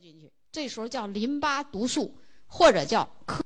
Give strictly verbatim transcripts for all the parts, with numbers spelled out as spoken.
进去，这时候叫淋巴毒素，或者叫颗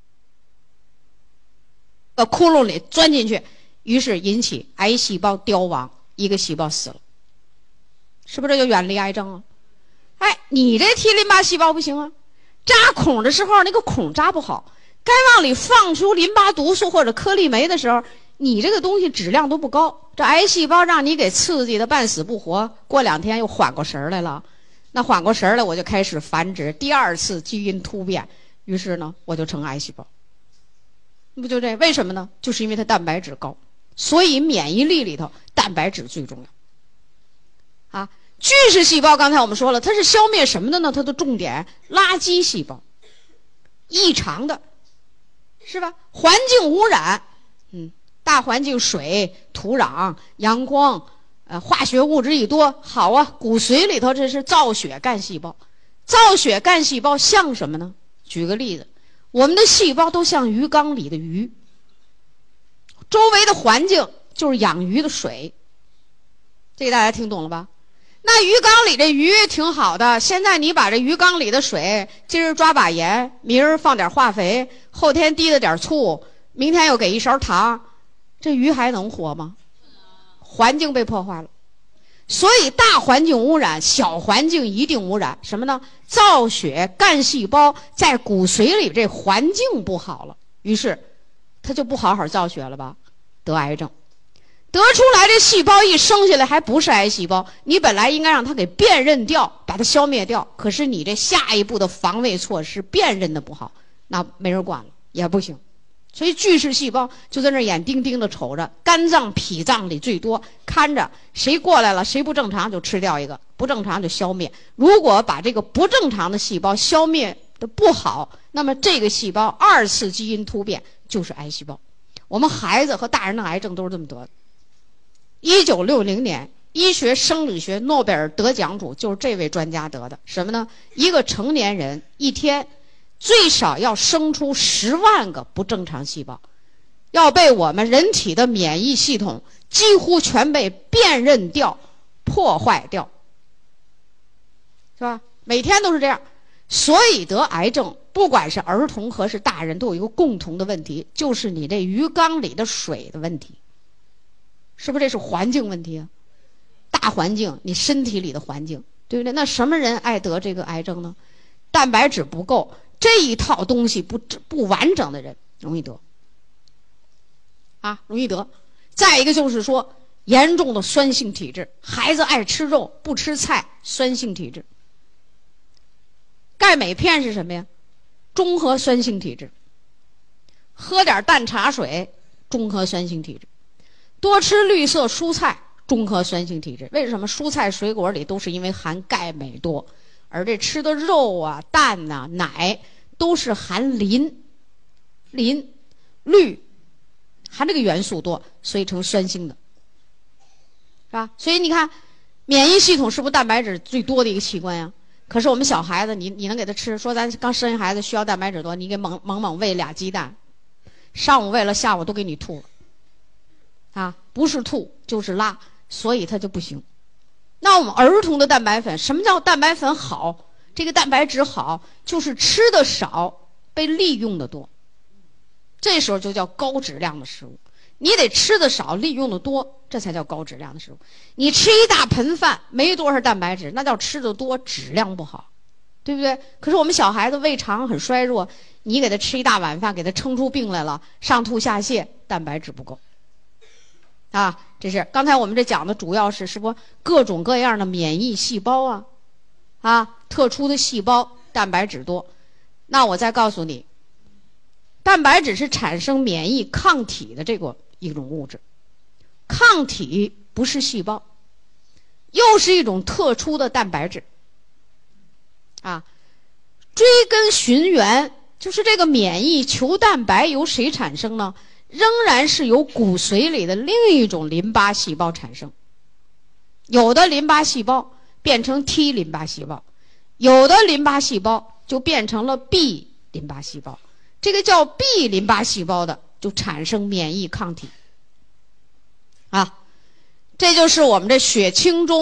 个窟窿里钻进去，于是引起癌细胞凋亡，一个细胞死了，是不是这就远离癌症了？哎，你这 T 淋巴细胞不行啊，扎孔的时候那个孔扎不好，该往里放出淋巴毒素或者颗粒酶的时候，你这个东西质量都不高，这癌细胞让你给刺激的半死不活，过两天又缓过神来了，那缓过神来我就开始繁殖，第二次基因突变，于是呢我就成癌细胞。不就这？为什么呢？就是因为它蛋白质高，所以免疫力里头蛋白质最重要。啊，巨噬细胞刚才我们说了，它是消灭什么的呢？它的重点垃圾细胞，异常的，是吧？环境污染，嗯，大环境水、土壤、阳光，呃，化学物质一多，好啊，骨髓里头这是造血干细胞，造血干细胞像什么呢？举个例子。我们的细胞都像鱼缸里的鱼，周围的环境就是养鱼的水，这个大家听懂了吧？那鱼缸里这鱼挺好的，现在你把这鱼缸里的水，今儿抓把盐，明儿放点化肥，后天滴了点醋，明天又给一勺糖，这鱼还能活吗？环境被破坏了。所以大环境污染，小环境一定污染。什么呢？造血干细胞在骨髓里这环境不好了，于是它就不好好造血了吧，得癌症。得出来这细胞一生下来还不是癌细胞，你本来应该让它给辨认掉，把它消灭掉，可是你这下一步的防卫措施辨认的不好，那没人管了也不行。所以巨噬细胞就在那眼盯盯的瞅着，肝脏脾脏里最多，看着谁过来了，谁不正常就吃掉一个，不正常就消灭。如果把这个不正常的细胞消灭的不好，那么这个细胞二次基因突变就是癌细胞。我们孩子和大人的癌症都是这么得的。一九六零年医学生理学诺贝尔得奖主就是这位专家得的。什么呢？一个成年人一天最少要生出十万个不正常细胞，要被我们人体的免疫系统几乎全被辨认掉、破坏掉，是吧？每天都是这样。所以得癌症，不管是儿童和是大人，都有一个共同的问题，就是你这鱼缸里的水的问题。是不是这是环境问题啊？大环境，你身体里的环境，对不对？那什么人爱得这个癌症呢？蛋白质不够，这一套东西不不完整的人容易得啊，容易得。再一个就是说严重的酸性体质，孩子爱吃肉不吃菜，酸性体质。钙镁片是什么呀？中和酸性体质。喝点淡茶水，中和酸性体质。多吃绿色蔬菜，中和酸性体质。为什么蔬菜水果里都是因为含钙镁多，而这吃的肉啊、蛋呐、啊、奶都是含磷、磷、氯，含这个元素多，所以成酸性的，是吧？所以你看，免疫系统是不是蛋白质最多的一个器官呀？可是我们小孩子，你你能给他吃？说咱刚生一孩子需要蛋白质多，你给猛猛猛喂俩鸡蛋，上午喂了，下午都给你吐了。啊，不是吐就是拉，所以它就不行。那我们儿童的蛋白粉，什么叫蛋白粉好？这个蛋白质好，就是吃的少，被利用的多。这时候就叫高质量的食物。你得吃的少，利用的多，这才叫高质量的食物。你吃一大盆饭，没多少蛋白质，那叫吃的多，质量不好，对不对？可是我们小孩子胃肠很衰弱，你给他吃一大碗饭，给他撑出病来了，上吐下泻，蛋白质不够。啊，这是刚才我们这讲的主要是是不各种各样的免疫细胞啊，啊，特殊的细胞蛋白质多。那我再告诉你，蛋白质是产生免疫抗体的这个一种物质，抗体不是细胞，又是一种特殊的蛋白质。啊，追根寻源，就是这个免疫球蛋白由谁产生呢？仍然是由骨髓里的另一种淋巴细胞产生。有的淋巴细胞变成 T 淋巴细胞，有的淋巴细胞就变成了 B 淋巴细胞。这个叫 B 淋巴细胞的就产生免疫抗体。啊，这就是我们这血清中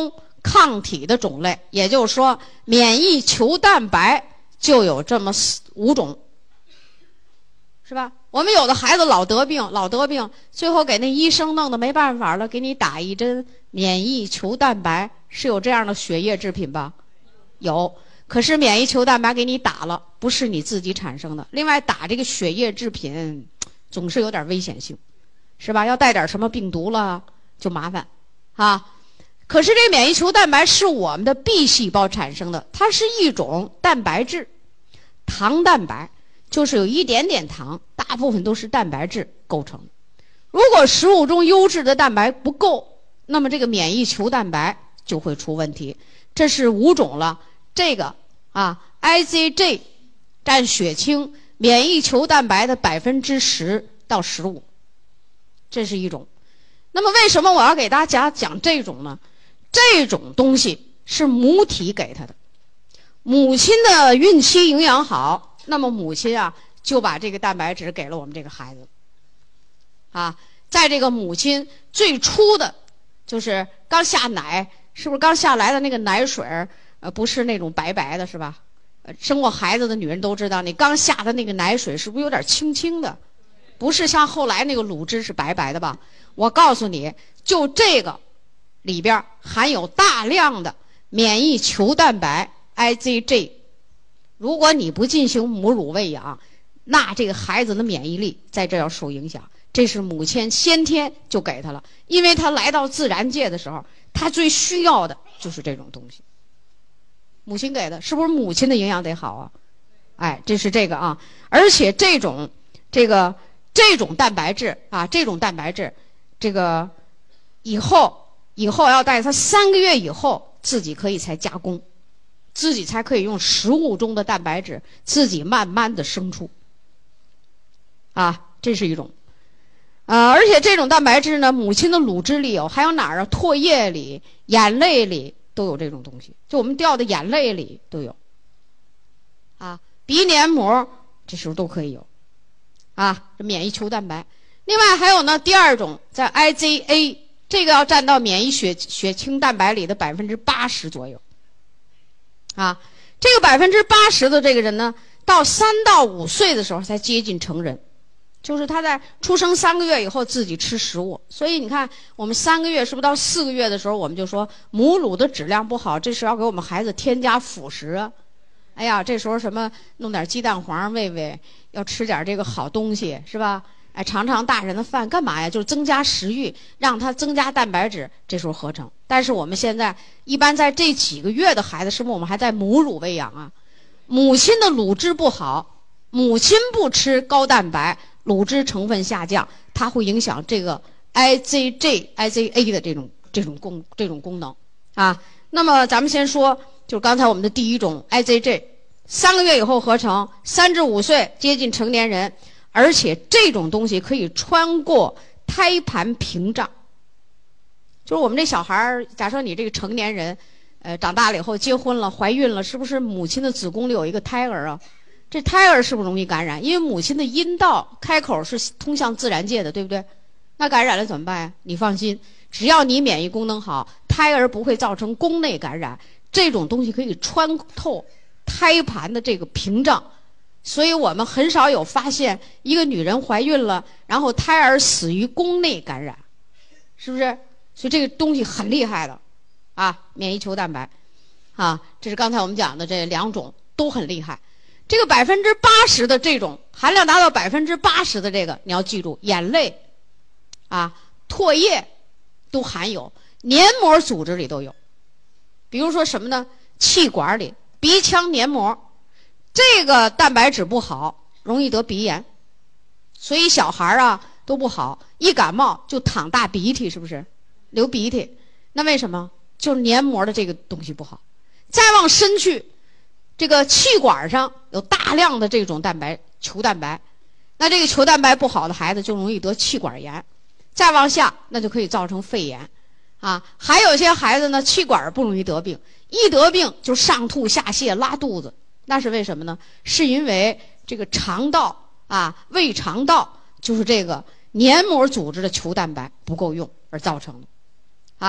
抗体的种类，也就是说免疫球蛋白就有这么四五种，是吧？我们有的孩子老得病老得病，最后给那医生弄得没办法了，给你打一针免疫球蛋白，是有这样的血液制品吧？有。可是免疫球蛋白给你打了，不是你自己产生的。另外打这个血液制品总是有点危险性，是吧？要带点什么病毒了就麻烦啊。可是这免疫球蛋白是我们的 B 细胞产生的，它是一种蛋白质，糖蛋白，就是有一点点糖，大部分都是蛋白质构成的。如果食物中优质的蛋白不够，那么这个免疫球蛋白就会出问题。这是五种了。这个啊 ，I Z G 占血清免疫球蛋白的百分之十到十五，这是一种。那么为什么我要给大家讲这种呢？这种东西是母体给他的，母亲的孕期营养好，那么母亲啊就把这个蛋白质给了我们这个孩子。啊，在这个母亲最初的，就是刚下奶，是不是刚下来的那个奶水儿？呃，不是那种白白的，是吧？呃，生过孩子的女人都知道，你刚下的那个奶水是不是有点清清的？不是像后来那个乳汁是白白的吧？我告诉你，就这个里边含有大量的免疫球蛋白 I Z G。如果你不进行母乳喂养，那这个孩子的免疫力在这要受影响。这是母亲先天就给他了，因为他来到自然界的时候，他最需要的就是这种东西。母亲给的，是不是母亲的营养得好啊？哎，这是这个啊，而且这种这个这种蛋白质啊，这种蛋白质，这个以后以后要带它三个月以后自己可以才加工，自己才可以用食物中的蛋白质自己慢慢的生出。啊，这是一种。啊，而且这种蛋白质呢，母亲的乳汁里有，还有哪儿啊？唾液里、眼泪里。都有这种东西，就我们掉的眼泪里都有，啊，鼻黏膜这时候都可以有，啊，这免疫球蛋白。另外还有呢，第二种在 I Z A， 这个要占到免疫血血清蛋白里的百分之八十左右，啊，这个百分之八十的这个人呢，到三到五岁的时候才接近成人。就是他在出生三个月以后自己吃食物，所以你看我们三个月是不是到四个月的时候我们就说母乳的质量不好，这是要给我们孩子添加辅食啊。哎呀，这时候什么弄点鸡蛋黄喂喂，要吃点这个好东西是吧？哎，尝尝大人的饭干嘛呀？就是增加食欲，让他增加蛋白质，这时候合成。但是我们现在一般在这几个月的孩子，是不是我们还在母乳喂养啊？母亲的乳汁不好，母亲不吃高蛋白，乳汁成分下降，它会影响这个 I Z G、I Z A 的这种这种功这种功能啊。那么咱们先说，就是刚才我们的第一种 I Z G， 三个月以后合成，三至五岁接近成年人，而且这种东西可以穿过胎盘屏障。就是我们这小孩儿，假设你这个成年人，呃，长大了以后结婚了、怀孕了，是不是母亲的子宫里有一个胎儿啊？这胎儿是不是容易感染？因为母亲的阴道开口是通向自然界的，对不对？那感染了怎么办呀？你放心，只要你免疫功能好，胎儿不会造成宫内感染。这种东西可以穿透胎盘的这个屏障，所以我们很少有发现一个女人怀孕了，然后胎儿死于宫内感染，是不是？所以这个东西很厉害的，啊，免疫球蛋白，啊，这是刚才我们讲的这两种都很厉害。这个百分之八十的这种含量达到百分之八十的这个，你要记住，眼泪啊、唾液都含有，黏膜组织里都有。比如说什么呢？气管里、鼻腔黏膜，这个蛋白质不好，容易得鼻炎。所以小孩啊都不好，一感冒就淌大鼻涕，是不是？流鼻涕。那为什么？就是黏膜的这个东西不好。再往深去，这个气管上有大量的这种蛋白球蛋白，那这个球蛋白不好的孩子就容易得气管炎。再往下，那就可以造成肺炎啊。还有一些孩子呢，气管不容易得病，一得病就上吐下泻拉肚子，那是为什么呢？是因为这个肠道啊，胃肠道就是这个黏膜组织的球蛋白不够用而造成的啊。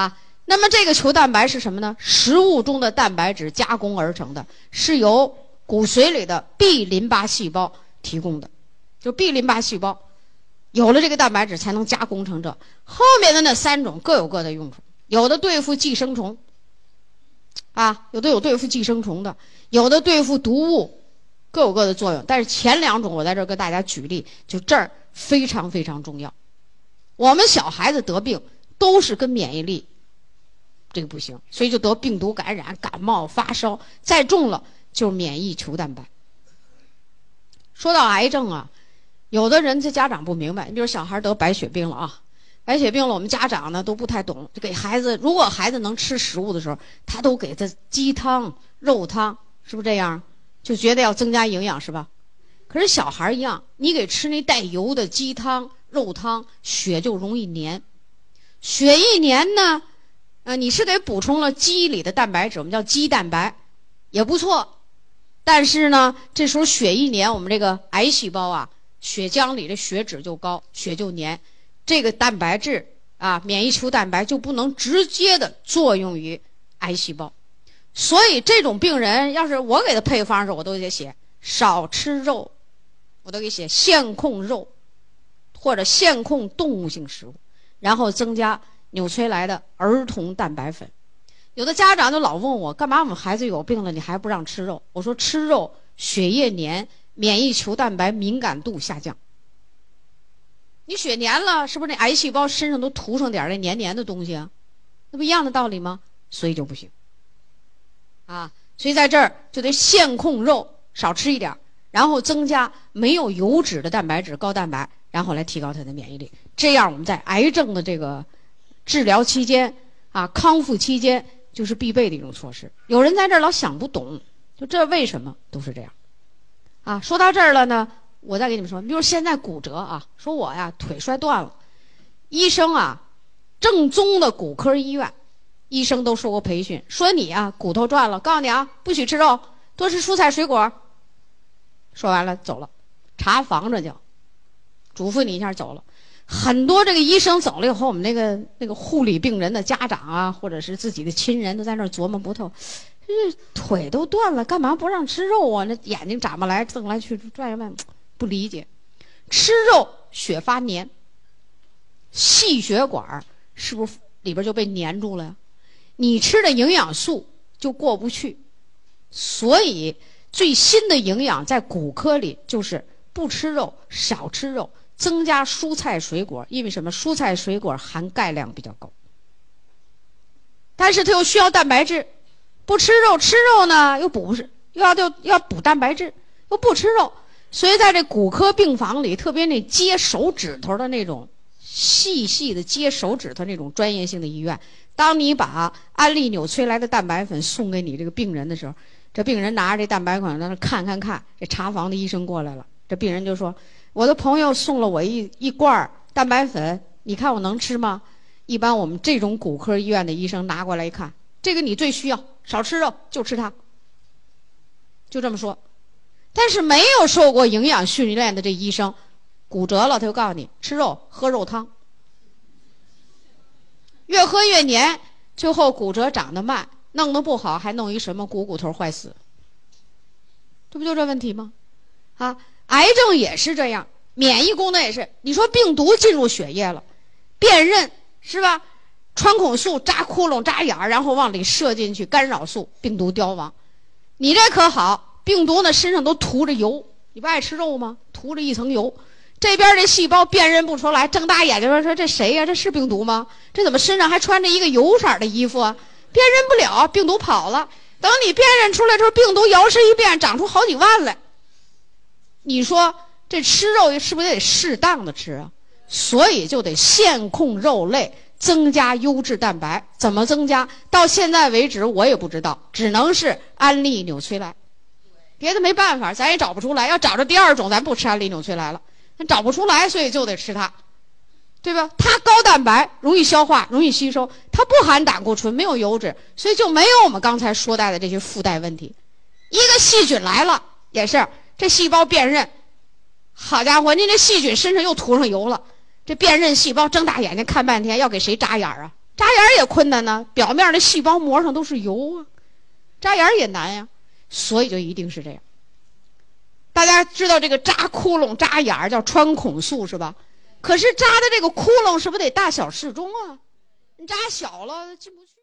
那么这个球蛋白是什么呢？食物中的蛋白质加工而成的，是由骨髓里的 B 淋巴细胞提供的。就 B 淋巴细胞有了这个蛋白质才能加工成这。后面的那三种各有各的用处，有的对付寄生虫啊，有的有对付寄生虫的，有的对付毒物，各有各的作用。但是前两种我在这儿跟大家举例，就这儿非常非常重要。我们小孩子得病都是跟免疫力这个不行，所以就得病毒感染、感冒、发烧，再重了就是免疫球蛋白。说到癌症啊，有的人这家长不明白，你比如小孩得白血病了啊，白血病了，我们家长呢都不太懂，就给孩子，如果孩子能吃食物的时候，他都给他鸡汤、肉汤，是不是这样？就觉得要增加营养，是吧？可是小孩一样，你给吃那带油的鸡汤、肉汤，血就容易粘。血一粘呢，呃，你是得补充了鸡里的蛋白质，我们叫鸡蛋白，也不错。但是呢，这时候血一粘，我们这个癌细胞啊，血浆里的血脂就高，血就粘，这个蛋白质啊，免疫球蛋白就不能直接的作用于癌细胞。所以这种病人，要是我给他配方的时候，我都得写少吃肉，我都给写限控肉，或者限控动物性食物，然后增加纽崔莱的儿童蛋白粉。有的家长就老问我，干嘛我们孩子有病了你还不让吃肉？我说吃肉血液粘，免疫球蛋白敏感度下降。你血粘了，是不是那癌细胞身上都涂上点那黏黏的东西啊？那不一样的道理吗？所以就不行啊。所以在这儿就得限控肉，少吃一点，然后增加没有油脂的蛋白质、高蛋白，然后来提高它的免疫力。这样我们在癌症的这个治疗期间啊，康复期间就是必备的一种措施。有人在这儿老想不懂，就这为什么都是这样啊？说到这儿了呢，我再给你们说，比如现在骨折啊，说我呀腿摔断了，医生啊，正宗的骨科医院，医生都受过培训，说你啊骨头断了，告诉你啊不许吃肉，多吃蔬菜水果。说完了走了，查房这叫嘱咐你一下走了。很多这个医生走了以后，我们那个那个护理病人的家长啊，或者是自己的亲人都在那儿琢磨不透，这腿都断了，干嘛不让吃肉啊？那眼睛眨巴来瞪来去转悠转悠，不理解。吃肉血发黏，细血管是不是里边就被粘住了呀？你吃的营养素就过不去。所以最新的营养在骨科里就是不吃肉，少吃肉，增加蔬菜水果。因为什么？蔬菜水果含钙量比较高，但是它又需要蛋白质。不吃肉，吃肉呢又补不是，又要又要补蛋白质，又不吃肉。所以在这骨科病房里，特别那接手指头的那种细细的接手指头那种专业性的医院，当你把安利纽崔莱的蛋白粉送给你这个病人的时候，这病人拿着这蛋白粉在那看看看，这查房的医生过来了，这病人就说，我的朋友送了我一一罐蛋白粉，你看我能吃吗？一般我们这种骨科医院的医生拿过来一看，这个你最需要，少吃肉，就吃它，就这么说。但是没有受过营养训练的这医生，骨折了他就告诉你吃肉，喝肉汤，越喝越黏，最后骨折长得慢，弄得不好还弄一什么股骨头坏死，这不就这问题吗？啊，癌症也是这样，免疫功能也是。你说病毒进入血液了，辨认是吧？穿孔素扎窟窿扎眼儿，然后往里射进去干扰素，病毒凋亡。你这可好，病毒呢身上都涂着油，你不爱吃肉吗？涂着一层油，这边这细胞辨认不出来，睁大眼睛说说这谁呀、啊？这是病毒吗？这怎么身上还穿着一个油色的衣服啊？辨认不了，病毒跑了。等你辨认出来之后，病毒摇身一变长出好几万来。你说这吃肉是不是也得适当的吃啊？所以就得限控肉类，增加优质蛋白。怎么增加？到现在为止我也不知道，只能是安利纽崔莱，别的没办法，咱也找不出来。要找着第二种，咱不吃安利纽崔莱了。咱找不出来，所以就得吃它，对吧？它高蛋白，容易消化，容易吸收，它不含胆固醇，没有油脂，所以就没有我们刚才说到的这些附带问题。一个细菌来了，也是这细胞辨认，好家伙，您这细菌身上又涂上油了，这辨认细胞睁大眼睛看半天，要给谁扎眼啊？ 扎眼也困难呢，表面的细胞膜上都是油啊，扎眼也难呀，所以就一定是这样。大家知道这个扎窟窿扎眼叫穿孔术是吧？可是扎的这个窟窿是不是得大小适中啊？你扎小了进不去。